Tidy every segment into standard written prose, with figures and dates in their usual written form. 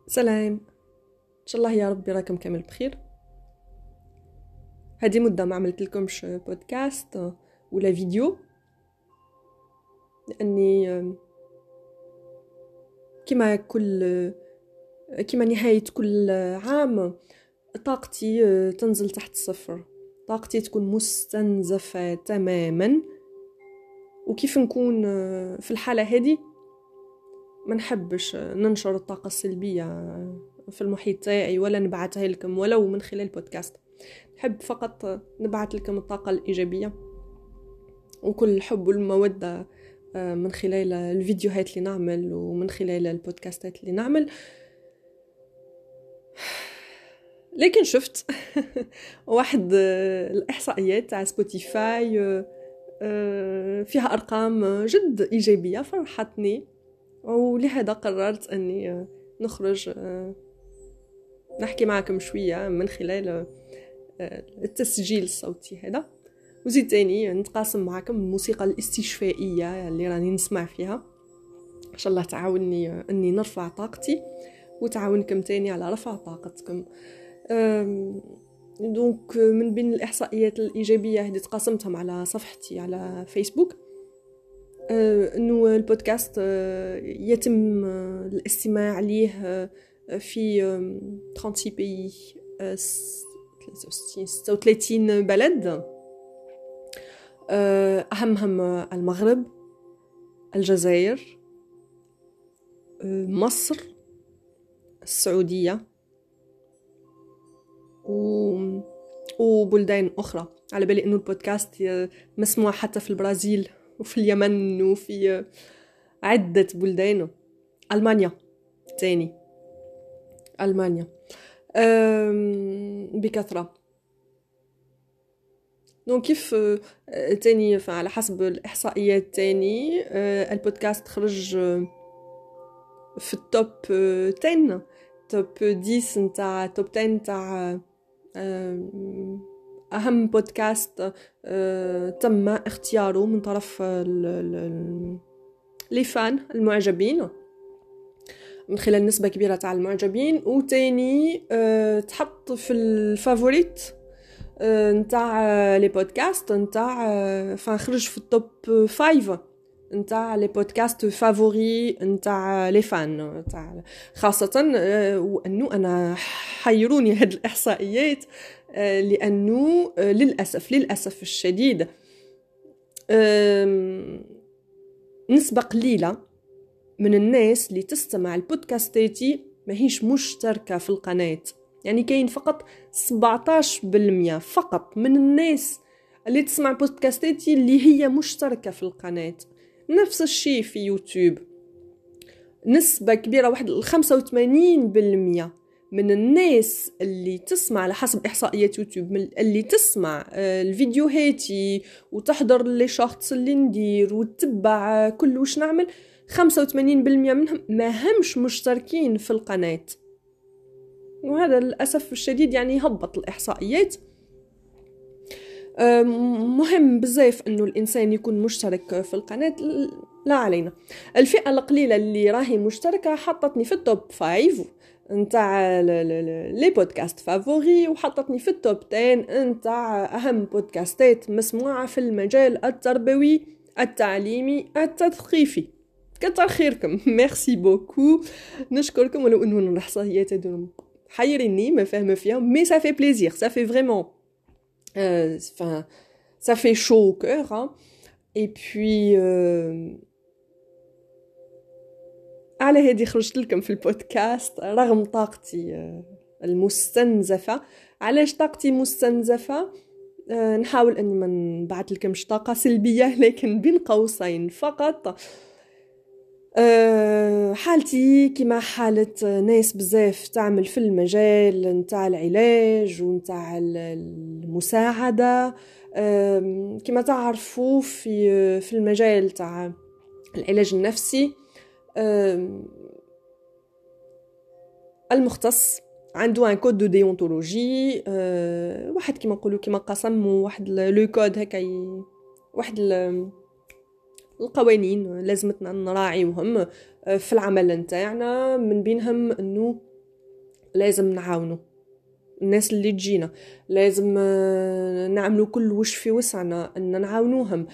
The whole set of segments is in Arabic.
سلام، ان شاء الله يا ربي راكم كامل بخير. هذه مده ما عملت لكمش بودكاست ولا فيديو، لاني كما كما نهايه كل عام طاقتي تنزل تحت الصفر. طاقتي تكون مستنزفه تماما، وكيف نكون في الحاله هذه ما نحبش ننشر الطاقه السلبيه في المحيط تاعي ولا نبعثها لكم ولو من خلال بودكاست. نحب فقط نبعث لكم الطاقة الإيجابية وكل الحب والمودة من خلال الفيديوهات اللي نعمل ومن خلال البودكاستات اللي نعمل. لكن شفت واحد الإحصائيات تاع سبوتيفاي فيها أرقام جد إيجابية فرحتني، ولهذا قررت أني نخرج نحكي معكم شوية من خلال التسجيل الصوتي هذا. وزيد تاني نتقاسم معكم الموسيقى الاستشفائية اللي راني نسمع فيها، إن شاء الله تعاونني أني نرفع طاقتي وتعاونكم تاني على رفع طاقتكم. دونك من بين الإحصائيات الإيجابية اللي تقاسمتهم على صفحتي على فيسبوك أنه البودكاست يتم الاستماع ليه في 36 بي 36 بلد، أهمهم المغرب، الجزائر، مصر، السعودية وبلدان أخرى. على بالي أنه البودكاست مسموع حتى في البرازيل وفي اليمن وفي عدة بلدان. ألمانيا تاني، ألمانيا بكثرة. دونك كيف تاني على حسب الإحصائيات تاني البودكاست خرج في التوب 10 توب 10 نتاع توب 10 نتاع أهم بودكاست تم اختياره من طرف لي فان المعجبين، من خلال نسبة كبيرة تاع المعجبين. وتاني تحط في الفافوريت نتاع لي بودكاست نتاع خرج في التوب 5 نتاع لي بودكاست فافوري نتاع لي فان نتاع، خاصة وأنه أنا حيروني هاد الإحصائيات لأنه للأسف الشديد نسبة قليلة من الناس اللي تستمع البودكاستاتي ما هيش مشتركة في القناة. يعني كاين فقط 17% فقط من الناس اللي تسمع بودكاستاتي اللي هي مشتركة في القناة. نفس الشيء في يوتيوب، نسبة كبيرة واحد 85% من الناس اللي تسمع على حسب إحصائيات يوتيوب اللي تسمع الفيديوهاتي وتحضر لي شخص اللي ندير وتتبع كل وش نعمل، 85% منهم ما همش مشتركين في القناة. وهذا للأسف الشديد يعني هبط الإحصائيات. مهم بزاف أنه الإنسان يكون مشترك في القناة. لا علينا، الفئة القليلة اللي راهي مشتركة حطتني في التوب 5 نتاع لي بودكاست فافوري، وحطتني في التوب 10 نتاع أهم بودكاستات مسموعة في المجال التربوي التعليمي التثقيفي. كتر خيركم، ميرسي بوكو، نشكركم. ولو انه الاحصائيات هذو حيريني ما فاهمه فيهم، مي ça fait plaisir, ça fait vraiment enfin ça fait chaud au cœur hein. Et puis على هذه خرجت لكم في البودكاست رغم طاقتي المستنزفه. علاش طاقتي مستنزفه؟ نحاول اني ما نبعث لكمش طاقه سلبيه، لكن بين قوسين فقط حالتي كما حالة ناس بزاف تعمل في المجال نتاع العلاج ونتاع المساعدة. كما تعرفوا في المجال تاع العلاج النفسي المختص عنده ان كود دو ديونتولوجي، واحد كما نقولوا كما قسم واحد لو كود هكا، واحد القوانين لازمتنا نراعيوهم في العمل نتاعنا. من بينهم انه لازم نعاونوا الناس اللي تجينا، لازم نعملوا كل وش في وسعنا ان نعاونوهم.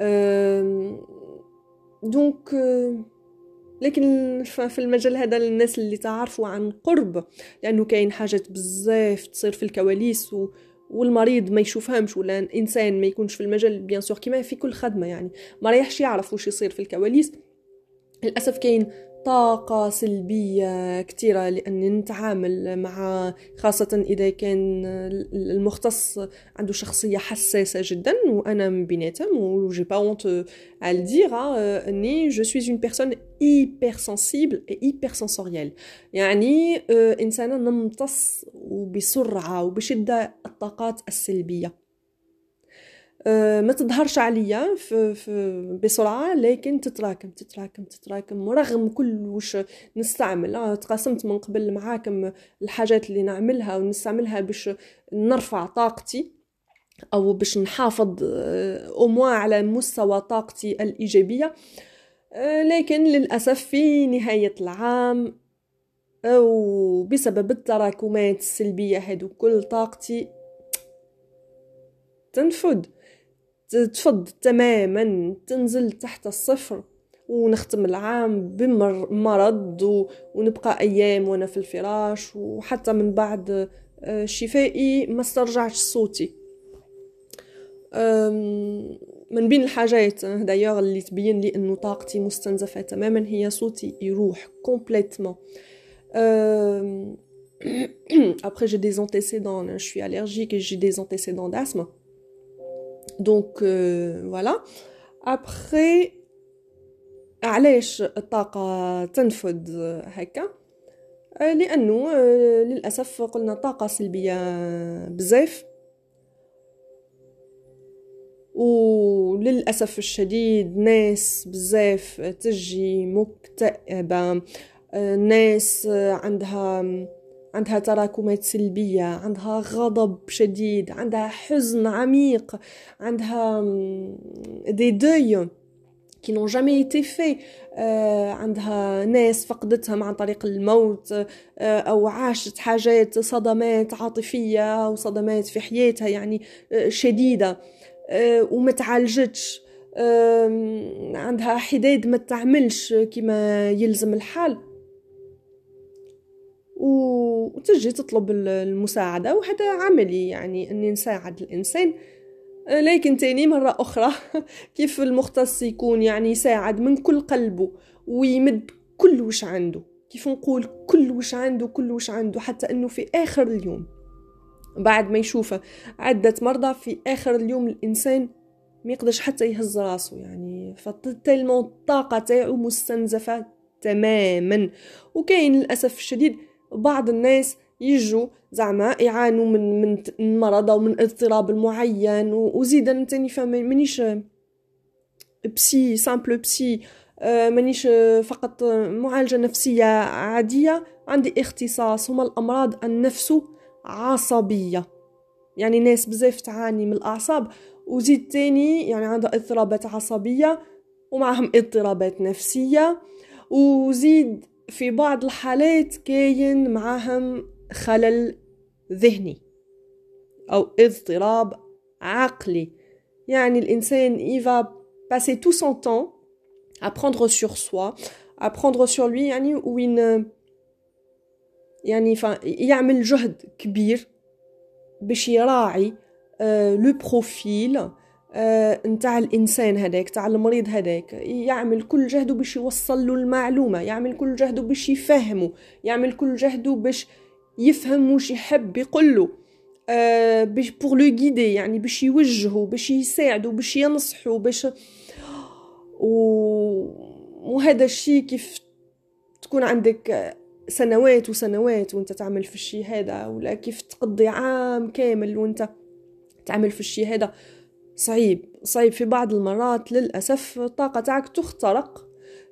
دونك لكن في المجال هذا للناس اللي تعرفوا عن قرب، لانه كاين حاجات بزاف تصير في الكواليس والمريض ما يشوفهمش، ولا انسان ما يكونش في المجال بيان سور كيما في كل خدمه، يعني ما رايحش يعرف وش يصير في الكواليس. للاسف كاين طاقة سلبية كتيرة لأني نتعامل مع، خاصة إذا كان المختص عنده شخصية حساسة جدا، وأنا من بيناتهم و j'ai pas honte à le dire أني je suis une personne hyper sensible et hyper sensorielle، يعني إنسانة نمتص وبسرعة وبشدة الطاقات السلبية. ما تظهرش عليا بسرعة، لكن تتراكم رغم كل وش نستعمل. تقاسمت من قبل معاكم الحاجات اللي نعملها ونستعملها باش نرفع طاقتي أو باش نحافظ أموا على مستوى طاقتي الإيجابية، لكن للأسف في نهاية العام أو بسبب التراكمات السلبية هذو كل طاقتي تفض تماما، تنزل تحت الصفر، ونختم العام بمرض ونبقى أيام وأنا في الفراش، وحتى من بعد شفائي ما استرجعش صوتي. من بين الحاجات دايوغ اللي تبين لي أنه طاقتي مستنزفة تماما هي صوتي يروح complètement. Après j'ai des antécédents, je suis allergique et j'ai des antécédents d'asthme. Donc voilà. Après علاش الطاقة تنفد هكا؟ لأنه للأسف قلنا طاقة سلبية بزاف، وللأسف الشديد ناس بزاف تجي مكتئبة، ناس عندها تراكمات سلبية، عندها غضب شديد، عندها حزن عميق، عندها des deuils qui n'ont jamais été faits، عندها ناس فقدتهم عن طريق الموت، أو عاشت حاجات صدمات عاطفية وصدمات في حياتها يعني شديدة وما تعالجتش، عندها حداد ما تعملش كما يلزم الحال، وتجي تطلب المساعدة. وهذا عملي يعني أني نساعد الإنسان. لكن تاني مرة أخرى كيف المختص يكون يعني يساعد من كل قلبه ويمد كل وش عنده، كيف نقول كل وش عنده حتى أنه في آخر اليوم بعد ما يشوف عدة مرضى في آخر اليوم الإنسان ما يقدرش حتى يهز راسه، يعني فتلمو الطاقة تاعو مستنزفة تماما. وكاين للأسف الشديد بعض الناس يجوا زعما يعانوا من مرض أو من اضطراب معين، وزيدا نتاني مانيش بسي سامبل بسي، مانيش فقط معالجة نفسية عادية، عندي اختصاص هما الأمراض النفسو عصبية، يعني ناس بزاف تعاني من الأعصاب، وزيد تاني يعني عندها اضطرابات عصبية ومعهم اضطرابات نفسية، وزيد في بعض الحالات كاين معهم خلل ذهني أو اضطراب عقلي. يعني الإنسان il va passer tout son temps à prendre sur soi, à prendre sur lui، يعني وين يعني يعمل جهد كبير باش يراعي لو بروفيل نتاع الانسان هذاك، تاع المريض هذاك، يعمل كل جهده باش يوصل له المعلومه، يعمل كل جهده باش يفهمه، يعمل كل جهده باش يفهم واش يحب يقول له، باش بور لو غيدي، يعني باش يوجهه، باش يساعده، باش ينصحه، باش وهذا الشيء كيف تكون عندك سنوات وسنوات وانت تعمل في الشيء هذا، ولا كيف تقضي عام كامل وانت تعمل في الشيء هذا، صعيب في بعض المرات للأسف الطاقة تاعك تخترق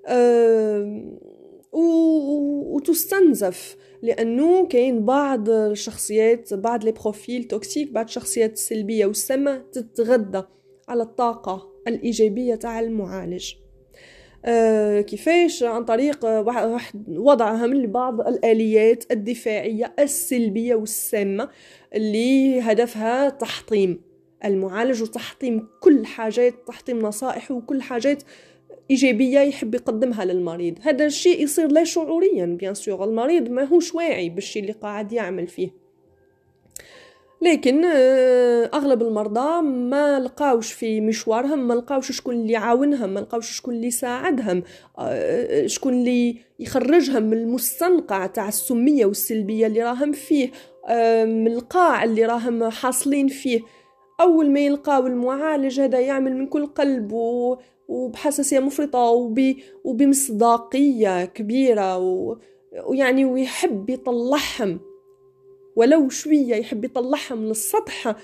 وتستنزف، لأنه كاين بعض الشخصيات، بعض لي بروفيل توكسيك، بعض الشخصيات السلبية والسامة تتغذى على الطاقة الإيجابية تاع المعالج. كيفاش؟ عن طريق وضعهم لبعض الآليات الدفاعية السلبية والسامة اللي هدفها تحطيم المعالج وتحطيم كل حاجات، تحطيم نصائحه وكل حاجات إيجابية يحب يقدمها للمريض. هذا الشيء يصير لا شعوريا بيان سور، المريض ما هوش واعي بالشيء اللي قاعد يعمل فيه. لكن اغلب المرضى ما لقاوش في مشوارهم، ما لقاوش شكون اللي يعاونهم، ما لقاوش شكون اللي يساعدهم، شكون اللي يخرجهم من المستنقع تاع السمية والسلبية اللي راهم فيه، من القاع اللي راهم حاصلين فيه. اول ما يلقاو المعالج هذا يعمل من كل قلب وبحساسية مفرطة وبمصداقية كبيرة ويعني ويحب يطلعهم ولو شوية، يحب يطلعهم للسطح.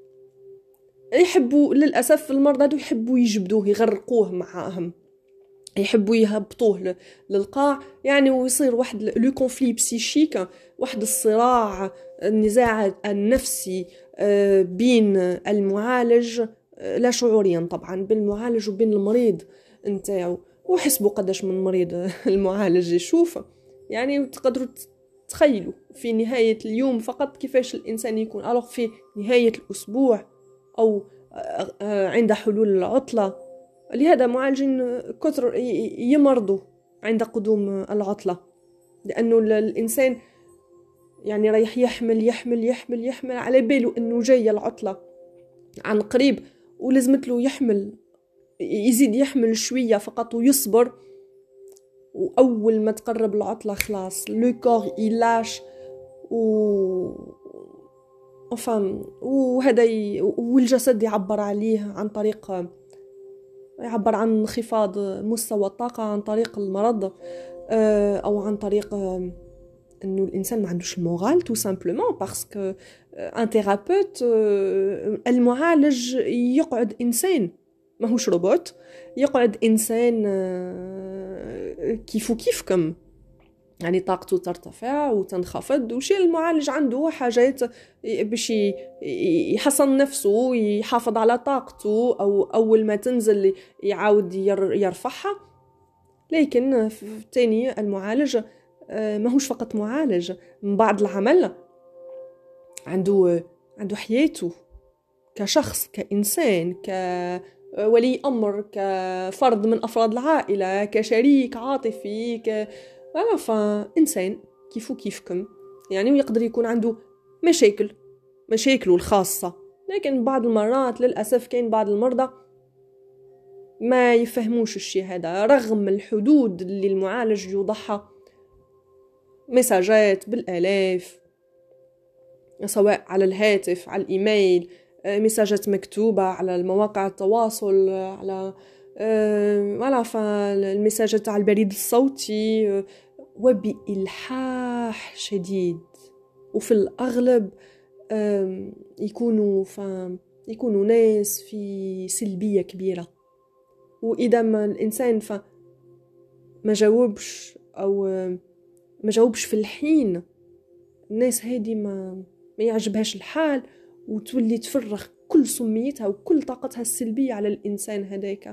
يحبوا للأسف المرضى يحبوا يجبدوه، يغرقوه معاهم، يحبوا يهبطوه للقاع يعني، ويصير واحد لو كونفلي بسيشيك، واحد الصراع، النزاع النفسي بين المعالج لا شعوريا طبعا، بين المعالج وبين المريض نتاعو. وحسبوا قداش من مريض المعالج يشوف يعني، وتقدروا تخيلوا في نهاية اليوم فقط كيفاش الإنسان يكون. ألوغ في نهاية الأسبوع أو عند حلول العطلة، لهذا معالجين كثر يمرضوا عند قدوم العطلة، لأنه الإنسان يعني رايح يحمل يحمل يحمل يحمل على باله أنه جاي العطلة عن قريب، ولازمت له يحمل، يزيد يحمل شوية فقط ويصبر. وأول ما تقرب العطلة خلاص لو كور يلاش وهذا والجسد يعبر عليه عن طريق، يعبر عن انخفاض مستوى الطاقة عن طريق المرض، أو عن طريق انه الانسان ما عندوش المورال تو سامبلومون باسكو ان ثيرابيوت المعالج يقعد انسان ماهوش روبوت، يقعد انسان كيفو كيفكم يعني، طاقته ترتفع وتنخفض، وشي المعالج عنده حاجات باش يحصن نفسه، يحافظ على طاقته، او اول ما تنزل يعاود يرفعها. لكن تاني المعالج ماهوش فقط معالج، من بعد العمل عنده حياته كشخص، كإنسان، كولي أمر، كفرد من أفراد العائلة، كشريك عاطفي، فإنسان كيفو كيفكم يعني، ويقدر يكون عنده مشاكله الخاصة. لكن بعض المرات للأسف كاين بعض المرضى ما يفهموش الشيء هذا، رغم الحدود اللي المعالج يوضحها، مساجات بالآلاف سواء على الهاتف، على الإيميل، مساجات مكتوبة على المواقع التواصل، على المساجات على البريد الصوتي، وبإلحاح شديد. وفي الأغلب يكونوا ناس في سلبية كبيرة، وإذا ما الإنسان ما جاوبش أو ما جاوبش في الحين، الناس هذه ما يعجبهاش الحال، وتولي تفرغ كل سميتها وكل طاقتها السلبية على الإنسان هذاك،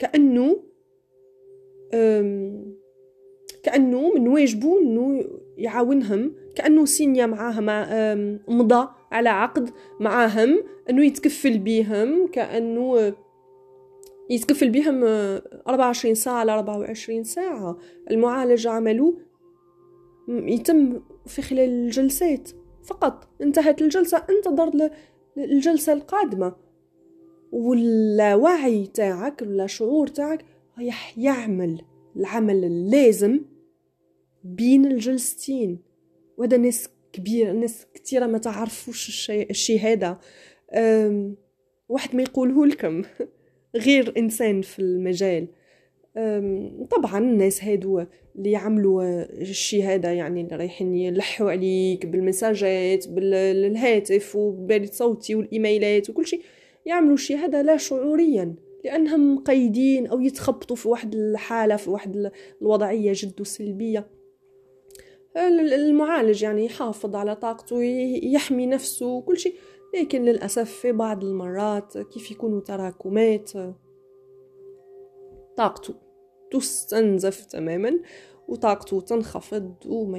كأنه من واجبه أنه يعاونهم، كأنه سينيا معاهم، مضى على عقد معاهم أنه يتكفل بيهم، كأنه يتكفل بيهم 24 ساعة على 24 ساعة. المعالج عمله يتم في خلال الجلسات فقط، انتهت الجلسة انتظر الجلسة القادمة، واللاوعي تاعك ولا شعور تاعك يعمل العمل اللازم بين الجلستين. وهذا ناس كتيرة ما تعرفوش الشيء هذا، واحد ما يقوله لكم غير إنسان في المجال. طبعا الناس هادو اللي يعملوا الشيء هذا يعني، اللي رايحين يلحوا عليك بالمساجات بالهاتف وبالبريد صوتي والإيميلات وكل شيء، يعملوا الشيء هذا لا شعوريا، لأنهم مقيدين أو يتخبطوا في واحد الحالة، في واحد الوضعية جد سلبية. المعالج يعني يحافظ على طاقته، يحمي نفسه وكل شيء، لكن للأسف في بعض المرات كيف يكونوا تراكمات طاقته تستنزف تماما وطاقته تنخفض وما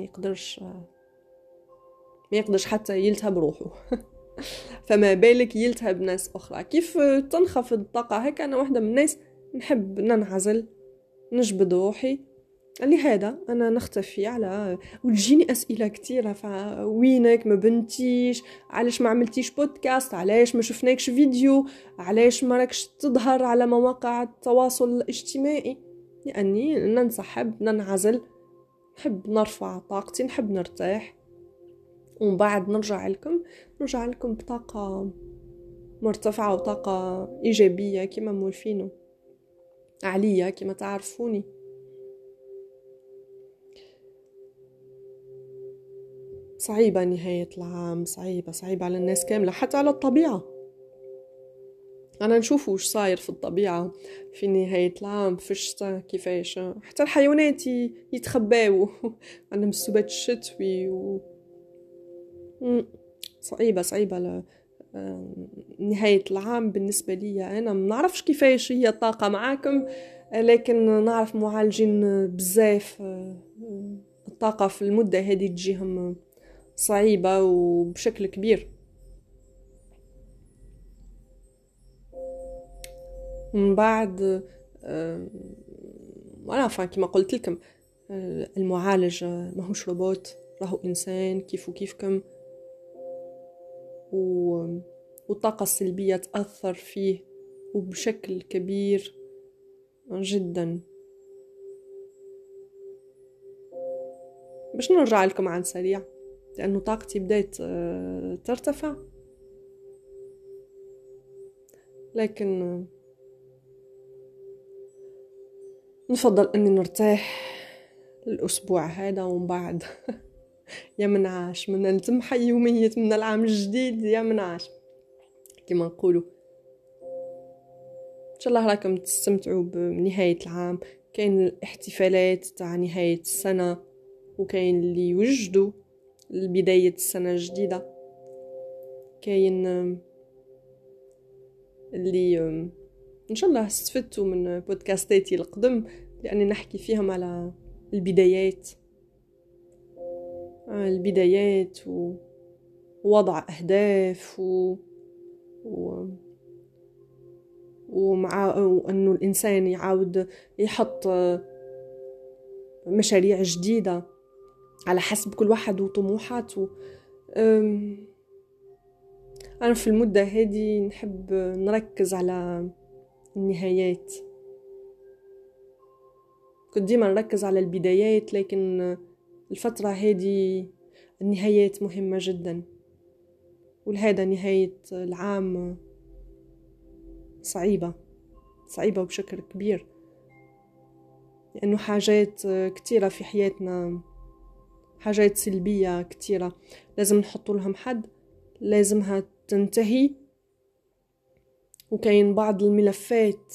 يقدرش حتى يلتهب روحه. فما بالك يلتهب ناس أخرى. كيف تنخفض الطاقة هيك؟ أنا واحدة من الناس نحب ننعزل، نجبد روحي، لهذا أنا نختفي على وتجيني أسئلة كتيرة، وينك ما بنتيش، علاش ما عملتيش بودكاست، علاش ما شفناكش فيديو، علاش ما راكش تظهر على مواقع التواصل الاجتماعي؟ لأني ننسحب، ننعزل، نحب نرفع طاقتي، نحب نرتاح، ومن بعد نرجع لكم بطاقة مرتفعة وطاقة إيجابية كما مولفينو عليا كما تعرفوني. صعيبة نهاية العام، صعيبة على الناس كاملة، حتى على الطبيعة. أنا نشوف وش صاير في الطبيعة في نهاية العام في الشتاء، كيفاش حتى الحيوانات يتخباو عندهم السبات الشتوي صعيبة نهاية العام بالنسبة لي. أنا ما نعرفش كيفاش هي الطاقة معاكم، لكن نعرف معالجين بزاف الطاقة في المدة هذه تجيهم صعيبة وبشكل كبير. من بعد وانا كما قلت لكم المعالج ماهوش روبوت، راهو إنسان كيفكم، والطاقة السلبية تأثر فيه وبشكل كبير جدا. باش نرجع لكم عن سريع لأنه طاقتي بدأت ترتفع، لكن نفضل أني نرتاح الأسبوع هذا، ومن بعد يا منعاش من نلتمح يومية من العام الجديد، يا منعاش كما نقولوا. إن شاء الله راكم تستمتعوا بنهاية العام. كاين الاحتفالات تاع نهاية السنة، وكاين اللي يوجدوا لبداية السنة الجديدة، كاين اللي إن شاء الله استفدتوا من بودكاستاتي القدم، لأني نحكي فيهم على البدايات ووضع أهداف ومع أنه الإنسان يعاود يحط مشاريع جديدة على حسب كل واحد وطموحاته. أنا في المدة هذه نحب نركز على النهايات. كنت ديما نركز على البدايات، لكن الفترة هذه النهايات مهمة جدا، ولهذا نهاية العام صعيبة بشكل كبير، لأنه حاجات كتيرة في حياتنا، حاجات سلبية كتيرة لازم نحط لهم حد، لازمها تنتهي. وكاين بعض الملفات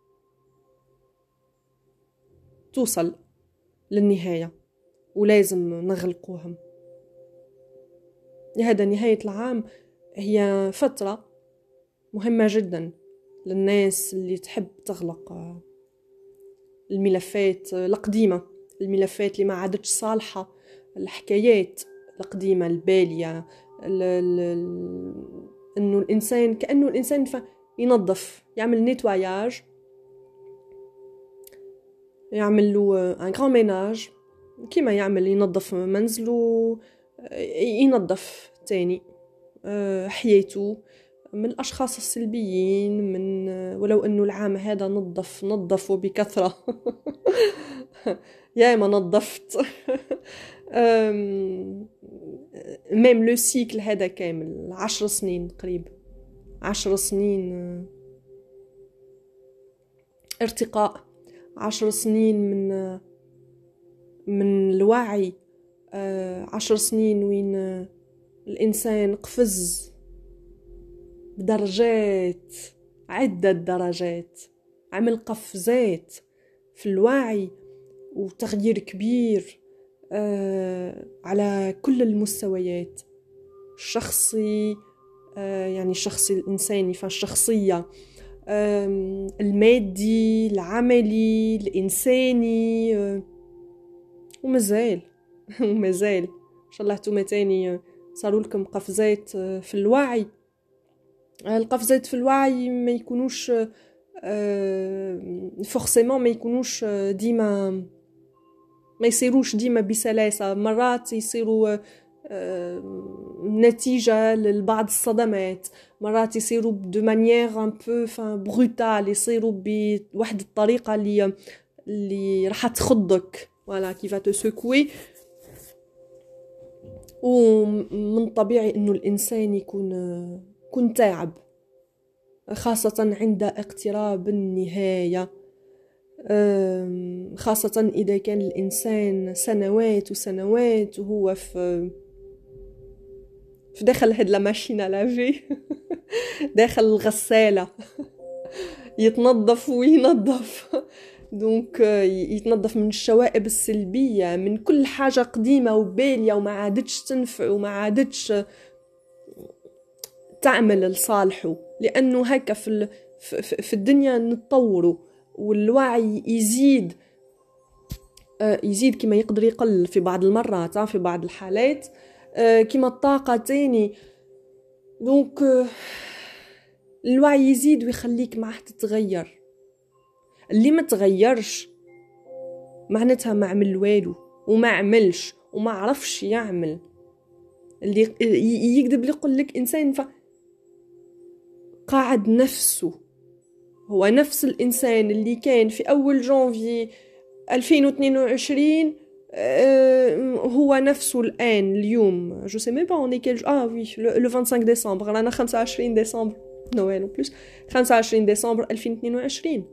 توصل للنهاية ولازم نغلقوهم. لهذا نهاية العام هي فترة مهمة جدا للناس اللي تحب تغلق الملفات القديمة، الملفات اللي ما عادتش صالحة، الحكايات القديمة البالية، انه الانسان كأنه الانسان ينظف، يعمل نيتواياج، يعمل له ان غران ميناج، كيما ينظف منزله، ينظف تاني حياته من الأشخاص السلبيين، من ولو أنه العام هذا نظفوا بكثرة يا ما نظفت ميم لو سيكل هذا كامل 10 سنين قريب، 10 سنين ارتقاء، 10 سنين من الوعي، 10 سنين وين الإنسان قفز بدرجات، عدة درجات، عمل قفزات في الوعي وتغيير كبير على كل المستويات، الشخصي يعني الشخصي الإنساني، فالشخصية المادي، العملي، الإنساني، ومازال ومازال إن شاء الله توما تاني صاروا لكم قفزات في الوعي. القفزات في الوعي ما يكونوش فورسيمون، ما يكونوش ديما، ما يصيروش ديما بسلاسة، مرات يصيروا نتيجة لبعض الصدمات، مرات يصيروا دو مانيير ان بو بروتال، يصيروا بواحد الطريقة اللي راح تخضك، فوالا كي فا سكوي. ومن طبيعي انه الانسان يكون تعب، خاصة عند اقتراب النهاية، خاصة إذا كان الإنسان سنوات وسنوات وهو في داخل هاد لا ماشينة لافي داخل الغسالة يتنظف وينظف دونك يتنظف من الشوائب السلبية، من كل حاجة قديمة وبالية وما عادتش تنفع وما عادتش تعمل لصالحه، لأنه هكا في الدنيا نتطوروا والوعي يزيد كما يقدر يقل في بعض المرات، في بعض الحالات كما الطاقة تاني. دونك الوعي يزيد ويخليك معه تتغير. اللي ما تغيرش معناتها ما عمل والو وما عملش وما عرفش يعمل. اللي يكذب يقول لك إنسان قاعد نفسه، هو نفس الإنسان اللي كان في أول جانفي 2022 هو نفسه الآن اليوم. جو سي مي با اون كيل وي لو 25 ديسمبر، رانا 25 ديسمبر نويل بلوس 25 ديسمبر 2022.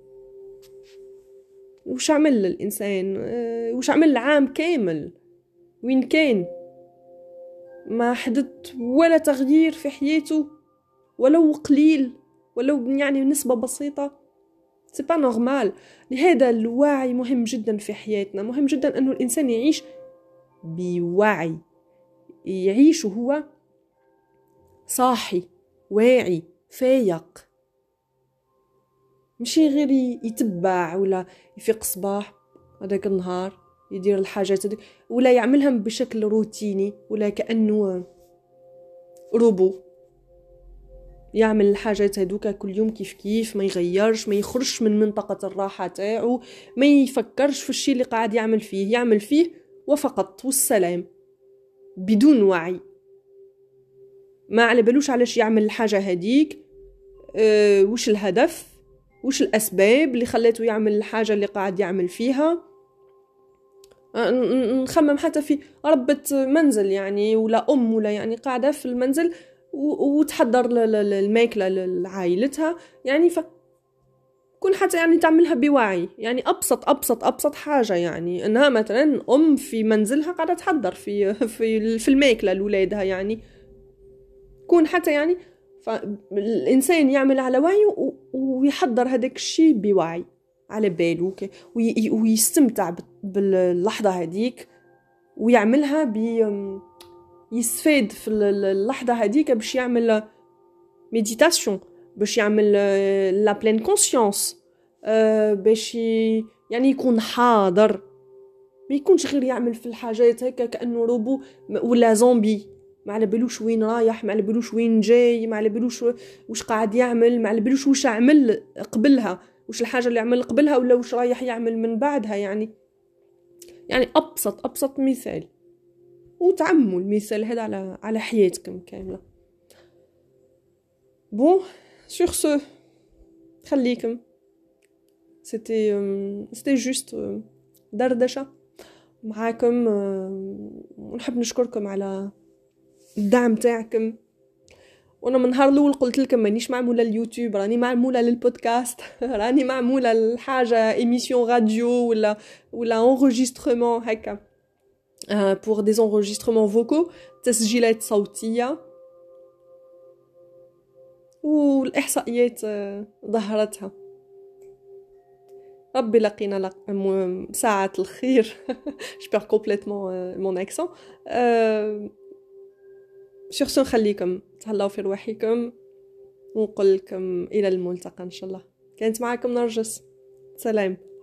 وش عمل الإنسان؟ وش عمل العام كامل؟ وين كان؟ ما حدث ولا تغيير في حياته ولو قليل، ولو يعني نسبة بسيطة. سي با نورمال. لهذا الوعي مهم جدا في حياتنا، مهم جدا أنه الإنسان يعيش بوعي، يعيش وهو صاحي واعي فايق، مشي غير يتبع ولا يفيق صباح هذاك النهار يدير الحاجات هذيك ولا يعملها بشكل روتيني ولا كأنه روبو يعمل الحاجات هذوك كل يوم كيف ما يغيرش، ما يخرجش من منطقة الراحة تاعو، ما يفكرش في الشيء اللي قاعد يعمل فيه وفقط والسلام بدون وعي. ما على بالوش علاش يعمل الحاجة هذيك، وش الهدف، وش الأسباب اللي خلته يعمل الحاجة اللي قاعد يعمل فيها. نخمم حتى في ربة منزل يعني ولا ولا يعني قاعدة في المنزل وتحضر الماكلة لعائلتها، يعني كون حتى يعني تعملها بوعي. يعني أبسط حاجة، يعني إنها مثلا في منزلها قاعدة تحضر في الماكلة لولادها، يعني كون حتى يعني فالإنسان يعمل على وعي ويحضر هذاك الشيء بوعي على باله ويستمتع باللحظة هذيك ويعملها يستفاد في اللحظة هذيك باش يعمل ميديتاسيون، باش يعمل لا بلين كونسيونس، باش يعني يكون حاضر، ما يكونش غير يعمل في الحاجات هكا كأنه روبو ولا زومبي، ما على بالوش وين رايح، ما على بالوش وين جاي، ما على بالوش وش قاعد يعمل، ما على بالوش وش عمل قبلها، وش الحاجة اللي عمل قبلها ولا وش رايح يعمل من بعدها. يعني أبسط مثال، وتعموا المثال هذا على حياتكم كاملة. بون سور سو خليكم، سيتي جوست دردشة معاكم، ونحب نشكركم على الدعم تاعكم. وانا من نهار الاول قلت لكم مانيش معموله اليوتيوب، راني معموله للبودكاست راني معموله لحاجه ايميسيون راديو ولا انغيسترمون هكا pour des enregistrements vocaux، تسجيلات صوتيه. والاحصائيات ظهرتها. ربي لقينا ساعة الخير je perds complètement mon accent. sur ce نخليكم تهلاو في رواحكم ونقول لكم إلى الملتقى إن شاء الله. كانت معاكم نرجس. سلام.